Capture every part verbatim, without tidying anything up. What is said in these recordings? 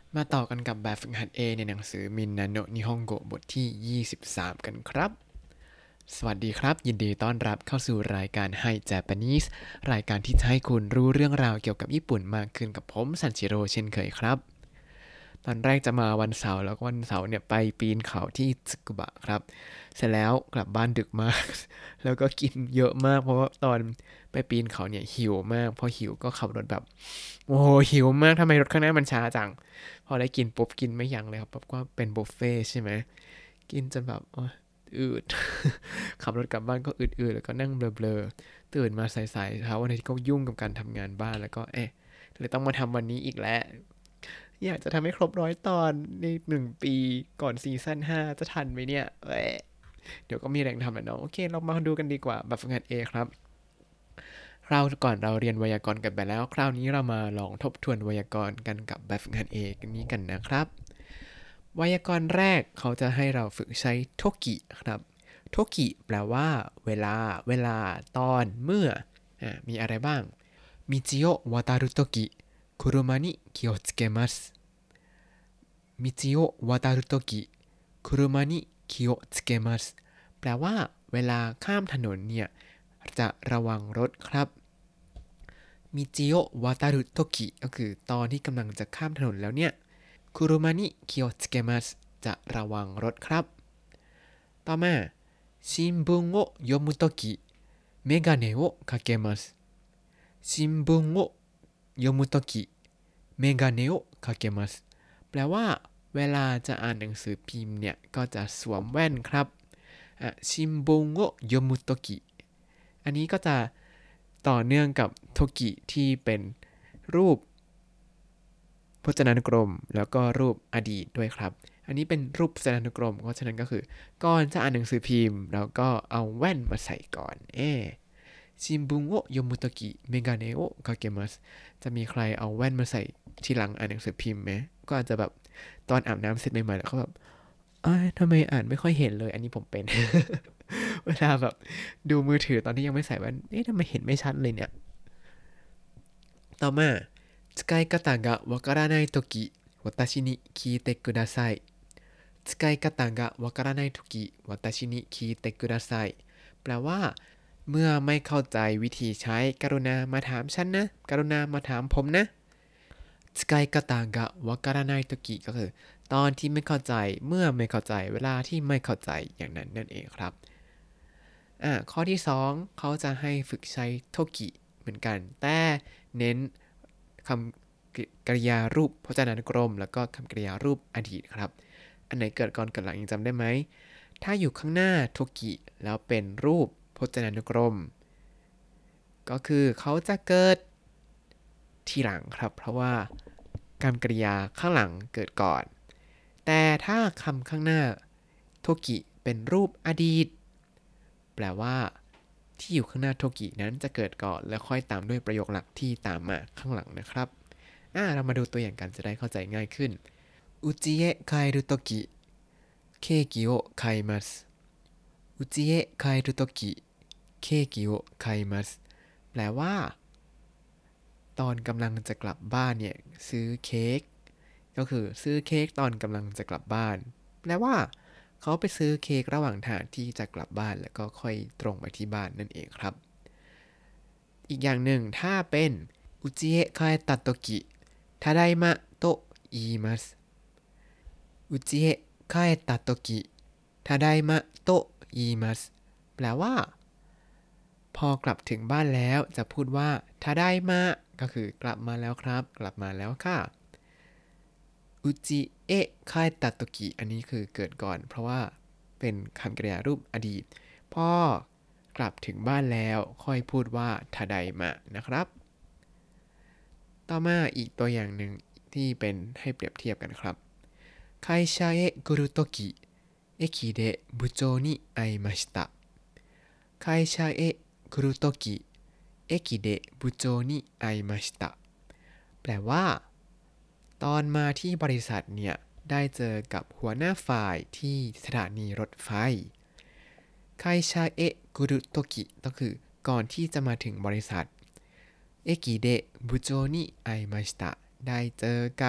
มาต่อกันกับแบบฝึกหัด A ในหนังสือมินนาโนะนิฮงโกะบทที่ยี่สิบสามกันครับสวัสดีครับยินดีต้อนรับเข้าสู่รายการ Hi Japanese รายการที่จะให้คุณรู้เรื่องราวเกี่ยวกับญี่ปุ่นมากขึ้นกับผมซันจิโร่เช่นเคยครับตอนแรกจะมาวันเสาร์แล้วก็วันเสาร์เนี่ยไปปีนเขาที่ซึกุบะครับเสร็จแล้วกลับบ้านดึกมากแล้วก็กินเยอะมากเพราะว่าตอนไปปีนเขาเนี่ยหิวมากพอหิวก็ขับรถแบบโอ้โหหิวมากทำไมรถข้างหน้ามันช้าจังพอได้กินปุ๊บกินไม่ยั้งเลยครับเพราะว่าเป็นบุฟเฟ่ต์ใช่ไหมกินจนแบบโอ๊ยอืดขับรถกลับบ้านก็อืดๆแล้วก็นั่งเบลอๆตื่นมาสายๆเช้าวันอาทิตย์ก็ยุ่งกับการทำงานบ้านแล้วก็เอ๊ะเลยต้องมาทำวันนี้อีกแล้วอยากจะทำให้ครบร้อยตอนในหนึ่งปีก่อนซีซั่นห้าจะทันไหมเนี่ยเอ้ยเดี๋ยวก็มีแรงทำแหละเนาะโอเคเรามาดูกันดีกว่าแบบฝึกหัด A ครับคราวก่อนเราเรียนไวยากรณ์กันไปแล้วคราวนี้เรามาลองทบทวนไวยากรณ์กันกับแบบฝึกหัด A กันนี้กันนะครับไวยากรณ์แรกเขาจะให้เราฝึกใช้โทกิครับโทกิแปลว่าเวลาเวลาตอนเมื่ออ่ามีอะไรบ้างมิจิโอวาตารุโตกิคุรุมะนิคิโอつけますมิจิโอวาตารุโตกิคุรุมะนิคิโอつけますแปลว่าเวลาข้ามถนนเนี่ยจะระวังรถครับมิจิโอวาตารุโตกิก็คือตอนที่กำลังจะข้ามถนนแล้วเนี่ยคุรุมะนิคิโอつけますจะระวังรถครับต่อมา新聞を読むときメガネをかけます新聞を読むときメガネをかけますแปลว่าเวลาจะอ่านหนังสือพิมพ์เนี่ยก็จะสวมแว่นครับอ่ะชิมบุงโกโยมุโตกิอันนี้ก็จะต่อเนื่องกับโทกิที่เป็นรูปพจนานุกรมแล้วก็รูปอดีตด้วยครับอันนี้เป็นรูปพจนานุกรมเพราะฉะนั้นก็คือก่อนจะอ่านหนังสือพิมพ์แล้วก็เอาแว่นมาใส่ก่อนเอชิมบุงโกโยมุโตกิเมกาเนโอคาเกมัสจะมีใครเอาแว่นมาใส่ทีหลังอ่านหนังสือพิมพ์ไหมก็อาจจะแบบตอนอาบน้ำเสร็จใหม่ๆแล้วเขาแบบอ้ายทำไมอ่านไม่ค่อยเห็นเลยอันนี้ผมเป็นเวลาแบบดูมือถือตอนที่ยังไม่ใส่แว่นเอ๊ะทำไมเห็นไม่ชัดเลยเนี่ยต่อมา使い方がわからないとき私に聞いてください使い方がわからないとき私に聞いてくださいแปลว่าเมื่อไม่เข้าใจวิธีใช้กรุณามาถามฉันนะกรุณามาถามผมนะ使い方がわからないときก็คือตอนที่ไม่เข้าใจเมื่อไม่เข้าใจเวลาที่ไม่เข้าใจอย่างนั้นนั่นเองครับอ่าข้อที่สองเขาจะให้ฝึกใช้โทกิเหมือนกันแต่เน้นคำกริยารูปพจนานุกรมแล้วก็คำกริยารูปอดีตครับอันไหนเกิดก่อนเกิดหลังยังจำได้ไหมถ้าอยู่ข้างหน้าโทกิแล้วเป็นรูปพจนานุกรมก็คือเขาจะเกิดทีหลังครับเพราะว่าการกริยาข้างหลังเกิดก่อนแต่ถ้าคำข้างหน้าโทกิเป็นรูปอดีตแปลว่าที่อยู่ข้างหน้าโทกินั้นจะเกิดก่อนแล้วค่อยตามด้วยประโยคหลักที่ตามมาข้างหลังนะครับอ่าเรามาดูตัวอย่างกันจะได้เข้าใจง่ายขึ้นอุจิเอะไครุโตกิเคกิโอไคมัสอุจิเอะไครุโตกิเคกิโอไคมัสแปลว่าตอนกำลังจะกลับบ้านเนี่ยซื้อเค้กก็คือซื้อเค้กตอนกำลังจะกลับบ้านแปลว่าเขาไปซื้อเค้กระหว่างทางที่จะกลับบ้านแล้วก็ค่อยตรงไปที่บ้านนั่นเองครับอีกอย่างหนึ่งถ้าเป็นอุจิเอะคาเอตะโตกิทาไดมะโตอิมัสอุจิเอะคาเอตะโตกิทาไดมะโตอิมัสแปลว่าพอกลับถึงบ้านแล้วจะพูดว่าทาไดมะก็คือกลับมาแล้วครับกลับมาแล้วค่ะอุจิเอะคาเอตะโตกิอันนี้คือเกิดก่อนเพราะว่าเป็นคำกริยารูปอดีตพอกลับถึงบ้านแล้วค่อยพูดว่าทาไดมะนะครับต่อมาอีกตัวอย่างหนึ่งที่เป็นให้เปรียบเทียบกันครับ会社へ来るとき駅で部長に会いました会社へ来るとき駅で部長に会いましたแปลว่าตอนมาที่บริษัทเนี่ยได้เจอกับหัวหน้าฝ่ายที่สถานีรถไฟไคชาเอะกุรุโตกิก็คือก่อนที่จะมาถึงบริษัทเอกิเดะบุโจนิไอมาชิตะได้เจอกับ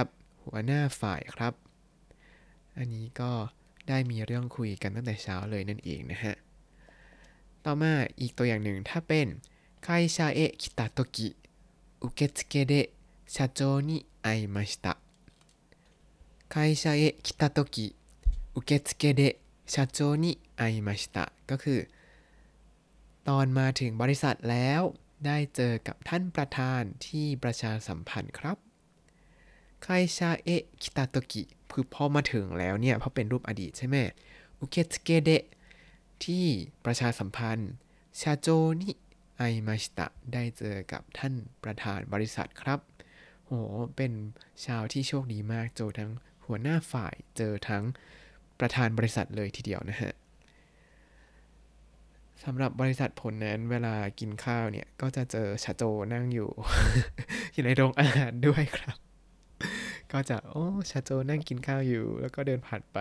หัวหน้าฝ่ายครับอันนี้ก็ได้มีเรื่องคุยกันตั้งแต่เช้าเลยนั่นเองนะฮะต่อมาอีกตัวอย่างหนึ่งถ้าเป็น会社へ来た時受付で社長に会いました会社へ来た時受付で社長に会いましたก็คือตอนมาถึงบริษัทแล้วได้เจอกับท่านประธานที่ประชาสัมพันธ์ครับ会社へ来た時คือพอมาถึงแล้วเนี่ยเพราะเป็นรูปอดีตใช่ไหม受付でที่ประชาสัมพันธ์社長に会いましたได้เจอกับท่านประธานบริษัทครับโหเป็นชาวที่โชคดีมากเจอทั้งหัวหน้าฝ่ายเจอทั้งประธานบริษัทเลยทีเดียวนะฮะสำหรับบริษัทผลนั้นเวลากินข้าวเนี่ยก็จะเจอชาโจนั่งอยู่ อยู่ในโรงอาหารด้วยครับก็จะโอ้ชาโจนั่งกินข้าวอยู่แล้วก็เดินผ่านไป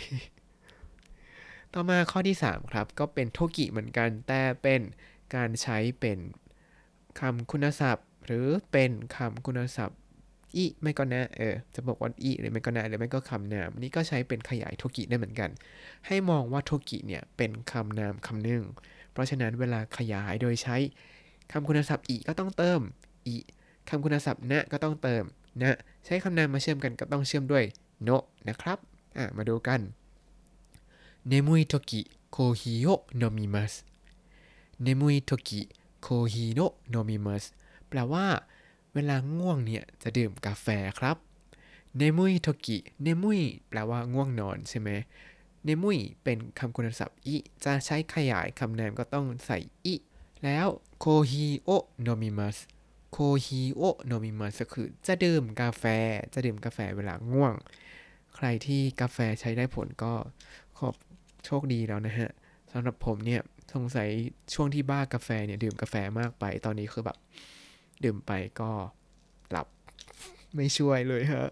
ต่อมาข้อที่สามครับก็เป็นโทกิเหมือนกันแต่เป็นการใช้เป็นคำคุณศัพท์หรือเป็นคำคุณศัพท์อีไม่ก็นะเออจะบอกว่าอีหรือไม่ก็นะหรือไม่ก็คำนามนี่ก็ใช้เป็นขยายโทกิได้เหมือนกันให้มองว่าโทกิเนี่ยเป็นคำนามคำหนึ่งเพราะฉะนั้นเวลาขยายโดยใช้คำคุณศัพท์อีก็ต้องเติมอีคำคุณศัพท์นะก็ต้องเติมนะใช้คำนามมาเชื่อมกันก็ต้องเชื่อมด้วยโนนะครับอ่ะมาดูกัน眠いときコーヒーを飲みます眠いときコーヒーを飲みますแปลว่าเวลาง่วงเนี่ยจะดื่มกาแฟครับเนมุยโทกิเนมุยแปลว่าง่วงนอนใช่ไหมเนมุยเป็นคำคุณศัพท์อิจะใช้ขยายคำนามก็ต้องใส่อิแล้วโคฮิโอโนมิมัสโคฮิโอโนมิมัสก็คือจะดื่มกาแฟจะดื่มกาแฟเวลาง่วงใครที่กาแฟใช้ได้ผลก็ขอบโชคดีแล้วนะฮะสำหรับผมเนี่ยสงสัยช่วงที่บ้ากาแฟเนี่ยดื่มกาแฟมากไปตอนนี้คือแบบดื่มไปก็หลับไม่ช่วยเลยฮะ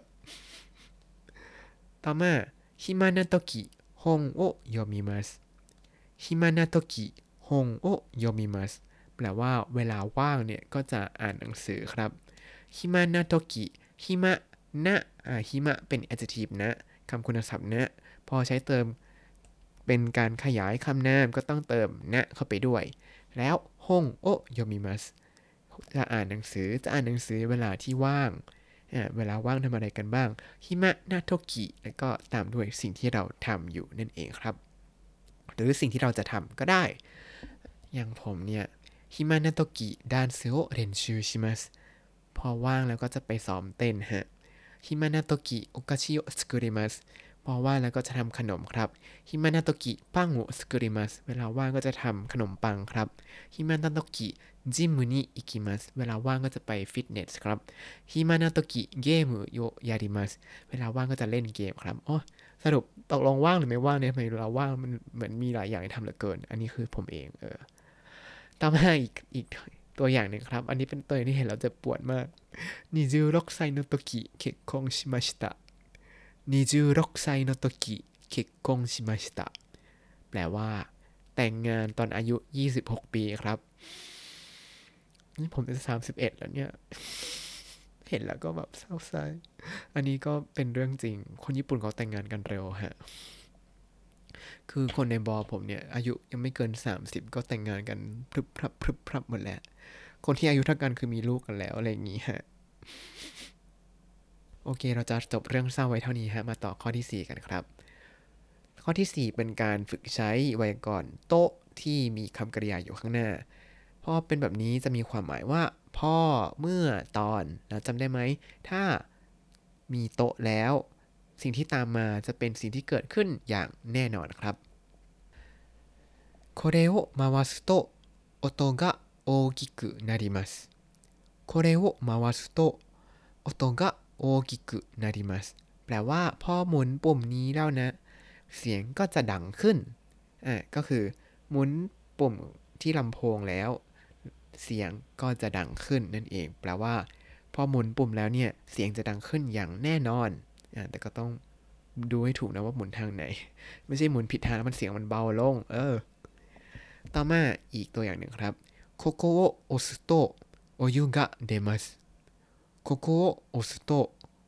ต่อมาฮิมานาโตกิฮงโอโยมิมัสฮิมานาโตกิฮงโอโยมิมัสแปลว่าเวลาว่างเนี่ยก็จะอ่านหนังสือครับฮิมานาโตกิฮิมะนะอ่าฮิมะเป็น adjective นะคำคุณศัพท์นะพอใช้เติมเป็นการขยายคำนามก็ต้องเติมนะเข้าไปด้วยแล้วฮงโอโยมิมัสจะอ่านหนังสือจะอ่านหนังสือเวลาที่ว่างเวลาว่างทำอะไรกันบ้างฮิมะนาโทกิแล้วก็ตามด้วยสิ่งที่เราทำอยู่นั่นเองครับหรือสิ่งที่เราจะทำก็ได้อย่างผมเนี่ยฮิมะนาโทกิダンスを練習しますพอว่างแล้วก็จะไปซ้อมเต้นฮะฮิมะนาโทกิโอคาชิโอสกุริมัสพอว่างแล้วก็จะทำขนมครับฮิมานาโตกิปังโอสกุริมัสเวลาว่างก็จะทำขนมปังครับฮิมานาโตกิจิมุนิอิกิมัสเวลาว่างก็จะไปฟิตเนสครับฮิมานาโตกิเกมโยยาริมัสเวลาว่างก็จะเล่นเกมครับอ๋อสรุปตกลงว่างหรือไม่ว่างเนี่ยทำไมเวลาว่างมันเหมือนมีหลายอย่างให้ทำเหลือเกินอันนี้คือผมเองเออต่อมาอีกอีกตัวอย่างหนึ่งครับอันนี้เป็นตัวที่เห็นแล้วจะปวดมากにじゅうろくさいの時結婚しましたにじゅうろくさいの時結婚しましたแปลว่าแต่งงานตอนอายุยี่สิบหกปีครับนี่ผมจะสามสิบเอ็ดแล้วเนี่ยเห็นแล้วก็แบบเศร้าใจอันนี้ก็เป็นเรื่องจริงคนญี่ปุ่นเขาแต่งงานกันเร็วฮะคือคนในบอผมเนี่ยอายุยังไม่เกินสามสิบก็แต่งงานกันพรึบพรับพรึบพรับหมดแล้วคนที่อายุเท่ากันคือมีลูกกันแล้วอะไรอย่างงี้ฮะโอเคเราจะจบเรื่องเศร้าไว้เท่านี้ฮะมาต่อข้อที่สี่กันครับข้อที่สี่เป็นการฝึกใช้ไวยากรณ์โต๊ะที่มีคำกริยาอยู่ข้างหน้าพอเป็นแบบนี้จะมีความหมายว่าพ่อเมื่อตอนแล้วจำได้ไหมถ้ามีโต๊ะแล้วสิ่งที่ตามมาจะเป็นสิ่งที่เกิดขึ้นอย่างแน่นอนครับこれを回すと音が大きくなりますこれを回すと音が大きくなりますแปลว่าพอหมุนปุ่มนี้แล้วนะเสียงก็จะดังขึ้นอ่ะก็คือหมุนปุ่มที่ลำโพงแล้วเสียงก็จะดังขึ้นนั่นเองแปลว่าพอหมุนปุ่มแล้วเนี่ยเสียงจะดังขึ้นอย่างแน่นอนอ่ะแต่ก็ต้องดูให้ถูกนะว่าหมุนทางไหนไม่ใช่หมุนผิดทางแล้วมันเสียงมันเบาลงเออต่อมาอีกตัวอย่างหนึ่งครับここを押すとお湯が出ますここを押すとお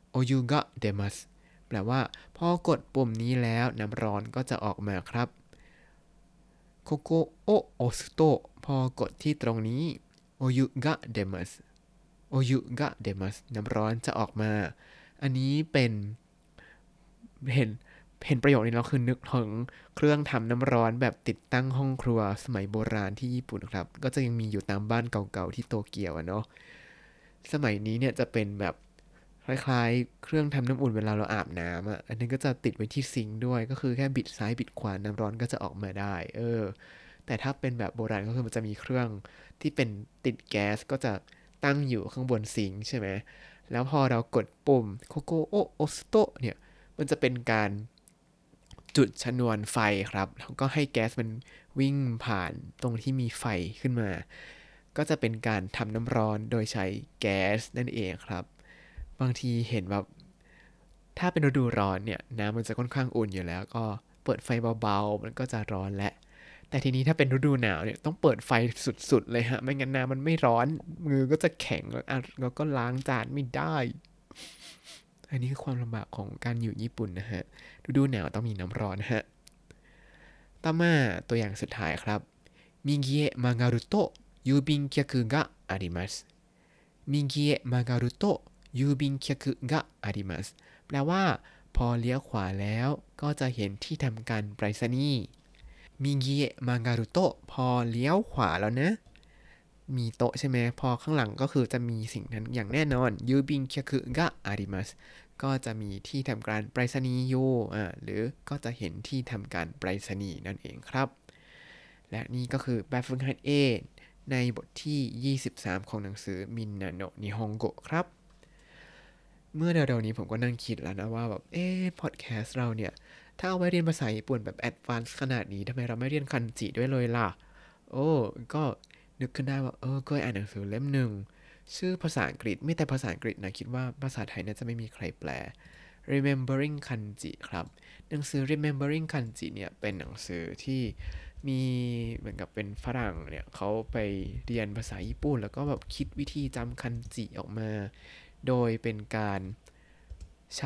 โอยุกะเดมัสแปลว่าพอกดปุ่มนี้แล้วน้ำร้อนก็จะออกมาครับโคโกโอโอสุโตพอกดที่ตรงนี้โอยุกะเดมัสโอยุกะเดมัสน้ำร้อนจะออกมาอันนี้เป็นเห็นเห็นประโยคนี้แล้วคือนึกถึงเครื่องทำน้ำร้อนแบบติดตั้งห้องครัวสมัยโบราณที่ญี่ปุ่นครับก็จะยังมีอยู่ตามบ้านเก่าๆที่โตเกียวอะเนาะสมัยนี้เนี่ยจะเป็นแบบคล้ายๆเครื่องทำน้ำอุ่นเวลาเราอาบน้ำอ่ะอันนี้ก็จะติดไว้ที่ซิงค์ด้วยก็คือแค่บิดซ้ายบิดขวาน้ำร้อนก็จะออกมาได้เออแต่ถ้าเป็นแบบโบราณก็คือมันจะมีเครื่องที่เป็นติดแก๊สก็จะตั้งอยู่ข้างบนซิงค์ใช่ไหมแล้วพอเรากดปุ่มโคโกโอโอสโตเนี่ยมันจะเป็นการจุดชนวนไฟครับแล้วก็ให้แก๊สมันวิ่งผ่านตรงที่มีไฟขึ้นมาก็จะเป็นการทำน้ำร้อนโดยใช้แก๊สนั่นเองครับบางทีเห็นแบบถ้าเป็นฤดูร้อนเนี่ยน้ำมันจะค่อนข้างอุ่นอยู่แล้วก็เปิดไฟเบาๆมันก็จะร้อนและแต่ทีนี้ถ้าเป็นฤดูหนาวเนี่ยต้องเปิดไฟสุดๆเลยฮะไม่งั้นน้ำมันไม่ร้อนมือก็จะแข็งแล้วก็ล้างจานไม่ได้อันนี้คือความลำบากของการอยู่ญี่ปุ่นนะฮะฤดูหนาวต้องมีน้ำร้อนนะฮะต่อมาตัวอย่างสุดท้ายครับมิเกะมาการุโตะ郵便局があります右へ曲がると郵便局がありますแปลว่าพอเลี้ยวขวาแล้วก็จะเห็นที่ทำการไปรษณีย์มิเกะมาการุโตะพอเลี้ยวขวาแล้วนะมีโต๊ะใช่ไหมพอข้างหลังก็คือจะมีสิ่งนั้นอย่างแน่นอนยูบินเคียคุกะอาริมัสก็จะมีที่ทำการไปรษณีย์อยู่อ่าหรือก็จะเห็นที่ทำการไปรษณีย์นั่นเองครับและนี่ก็คือแบบฝึกหัด A ในบทที่ยี่สิบสามของหนังสือมินนาโนะนิฮงโกะครับเมื่อเร็วๆนี้ผมก็นั่งคิดแล้วนะว่าแบบเอ๊ะพอดแคสต์เราเนี่ยถ้าเอาไว้เรียนภาษาญี่ปุ่นแบบแอดวานซ์ขนาดนี้ทำไมเราไม่เรียนคันจิด้วยเลยล่ะโอ้ก็นึกขึ้นได้ว่าเออเคยอ่านหนังสือเล่มหนึ่งชื่อภาษาอังกฤษไม่แต่ภาษาอังกฤษนะคิดว่าภาษาไทยน่าจะไม่มีใครแปล Remembering Kanji ครับหนังสือ Remembering Kanji เนี่ยเป็นหนังสือที่มีเหมือนกับเป็นฝรั่งเนี่ยเขาไปเรียนภาษาญี่ปุ่นแล้วก็แบบคิดวิธีจำคันจิออกมาโดยเป็นการใช้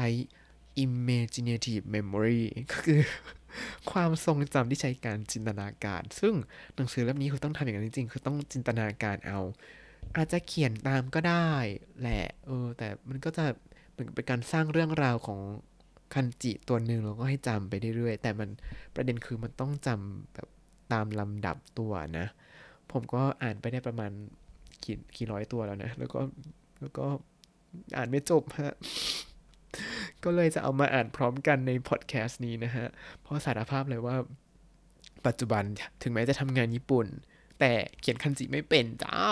imaginative memory ก็คือความทรงจำที่ใช้การจินตนาการซึ่งหนังสือเล่มนี้คือต้องทำอย่างนั้นจริงๆคือต้องจินตนาการเอาอาจจะเขียนตามก็ได้แหละเออแต่มันก็จะเหมือนเป็นการสร้างเรื่องราวของคันจิตัวหนึ่งแล้วก็ให้จำไปเรื่อยๆแต่มันประเด็นคือมันต้องจำแบบตามลำดับตัวนะผมก็อ่านไปได้ประมาณกี่กี่ร้อยตัวแล้วนะแล้วก็แล้วก็อ่านไม่จบฮะก็เลยจะเอามาอ่านพร้อมกันในพอดแคสต์นี้นะฮะเพราะสารภาพเลยว่าปัจจุบันถึงแม้จะทำงานญี่ปุ่นแต่เขียนคันจิไม่เป็นจ้า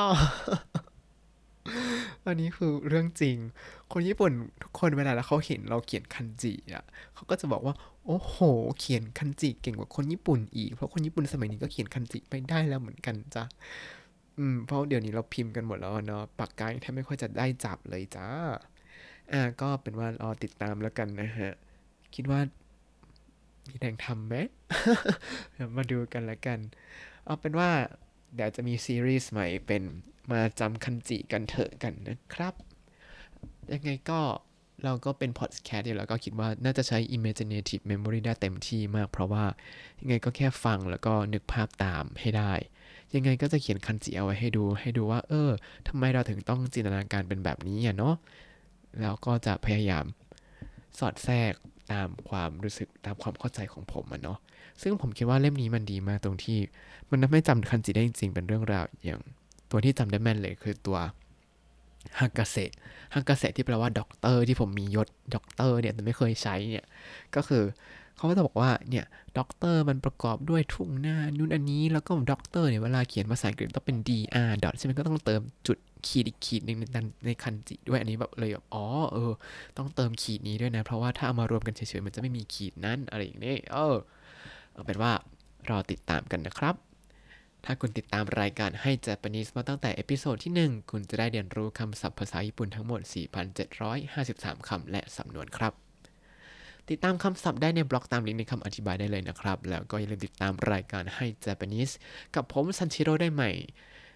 อันนี้คือเรื่องจริง คนญี่ปุ่นทุกคนเวลาแล้วเขาเห็นเราเขียนคันจิอ่ะเขาก็จะบอกว่าโอ้โหเขียนคันจิเก่งกว่าคนญี่ปุ่นอีกเพราะคนญี่ปุ่นสมัยนี้ก็เขียนคันจิไปได้แล้วเหมือนกันจ้ะอืมเพราะเดี๋ยวนี้เราพิมพ์กันหมดแล้วเนาะปากกาแทบไม่ค่อยจะได้จับเลยจ้าอ่าก็เป็นว่ารอติดตามแล้วกันนะฮะคิดว่ามีแรงทำไหม เดี๋ยวมาดูกันแล้วกันเอาเป็นว่าเดี๋ยวจะมีซีรีส์ใหม่เป็นมาจำคันจิกันเถอะกันนะครับยังไงก็เราก็เป็นพอดแคสต์อยู่แล้วก็คิดว่าน่าจะใช้ imaginative memory ได้เต็มที่มากเพราะว่ายังไงก็แค่ฟังแล้วก็นึกภาพตามให้ได้ยังไงก็จะเขียนคันจิเอาไว้ให้ดูให้ดูว่าเออทำไมเราถึงต้องจินตนาการเป็นแบบนี้อ่ะเนาะแล้วก็จะพยายามสอดแทรกตามความรู้สึกตามความเข้าใจของผมอะเนาะซึ่งผมคิดว่าเล่มนี้มันดีมากตรงที่มันทำให้จำคันจิได้จริงๆเป็นเรื่องราวอย่างตัวที่จำได้แม่นเลยคือตัวฮากาเซะฮากาเซะที่แปลว่าด็อกเตอร์ที่ผมมียศด็อกเตอร์เนี่ยแต่ไม่เคยใช้เนี่ยก็คือเขาก็จะบอกว่าเนี่ยด็อกเตอร์มันประกอบด้วยทุ่งหน้านู่นอันนี้แล้วก็ด็อกเตอร์เนี่ยเวลาเขียนภาษาอังกฤษต้องเป็น dr ดอทใช่ไหมก็ต้องเติมจุดขีดอีกขีดหนึ่งในในคันจิด้วยอันนี้แบบเลยแบบอ๋อเออต้องเติมขีดนี้ด้วยนะเพราะว่าถ้าเอามารวมกันเฉยๆมันจะไม่มีขีดนั้นอะไรอย่างนี้เออเอาเป็นว่ารอติดตามกันนะครับถ้าคุณติดตามรายการให้ Japanese มาตั้งแต่เอพิโซดที่หนึ่งคุณจะได้เรียนรู้คำศัพท์ภาษาญี่ปุ่นทั้งหมด สี่พันเจ็ดร้อยห้าสิบสาม คำและสำนวนครับติดตามคำศัพท์ได้ในบล็อกตามลิงก์ในคำอธิบายได้เลยนะครับแล้วก็อย่าลืมติดตามรายการให้ Japanese กับผมซันชิโร่ได้ใหม่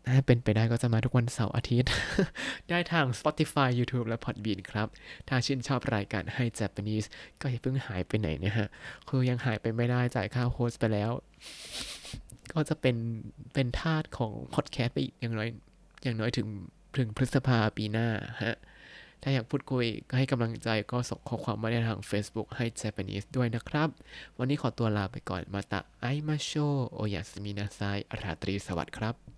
ถ้าเป็นไปได้ก็จะมาทุกวันเสาร์อาทิตย์ ได้ทาง Spotify YouTube และ Podbean ครับ ถ้าชื่นชอบรายการให้ Japanese ก็อย่าเพิ่งหายไปไหนนะฮะ คือยังหายไปไม่ได้จ่ายค่าโฮสต์ไปแล้ว ก็จะเป็นเป็นทาสของพอดแคสต์ไปอีกอย่างน้อยอย่างน้อยถึงถึงพฤษภาปีหน้าฮะ ถ้าอยากพูดคุยก็ให้กำลังใจก็ส่งข้อความมาได้ทาง Facebook ให้ Japanese ด้วยนะครับ วันนี้ขอตัวลาไปก่อนมาตะไอมาโชโอยาสมินาไซราตรีสวัสดิ์ครับ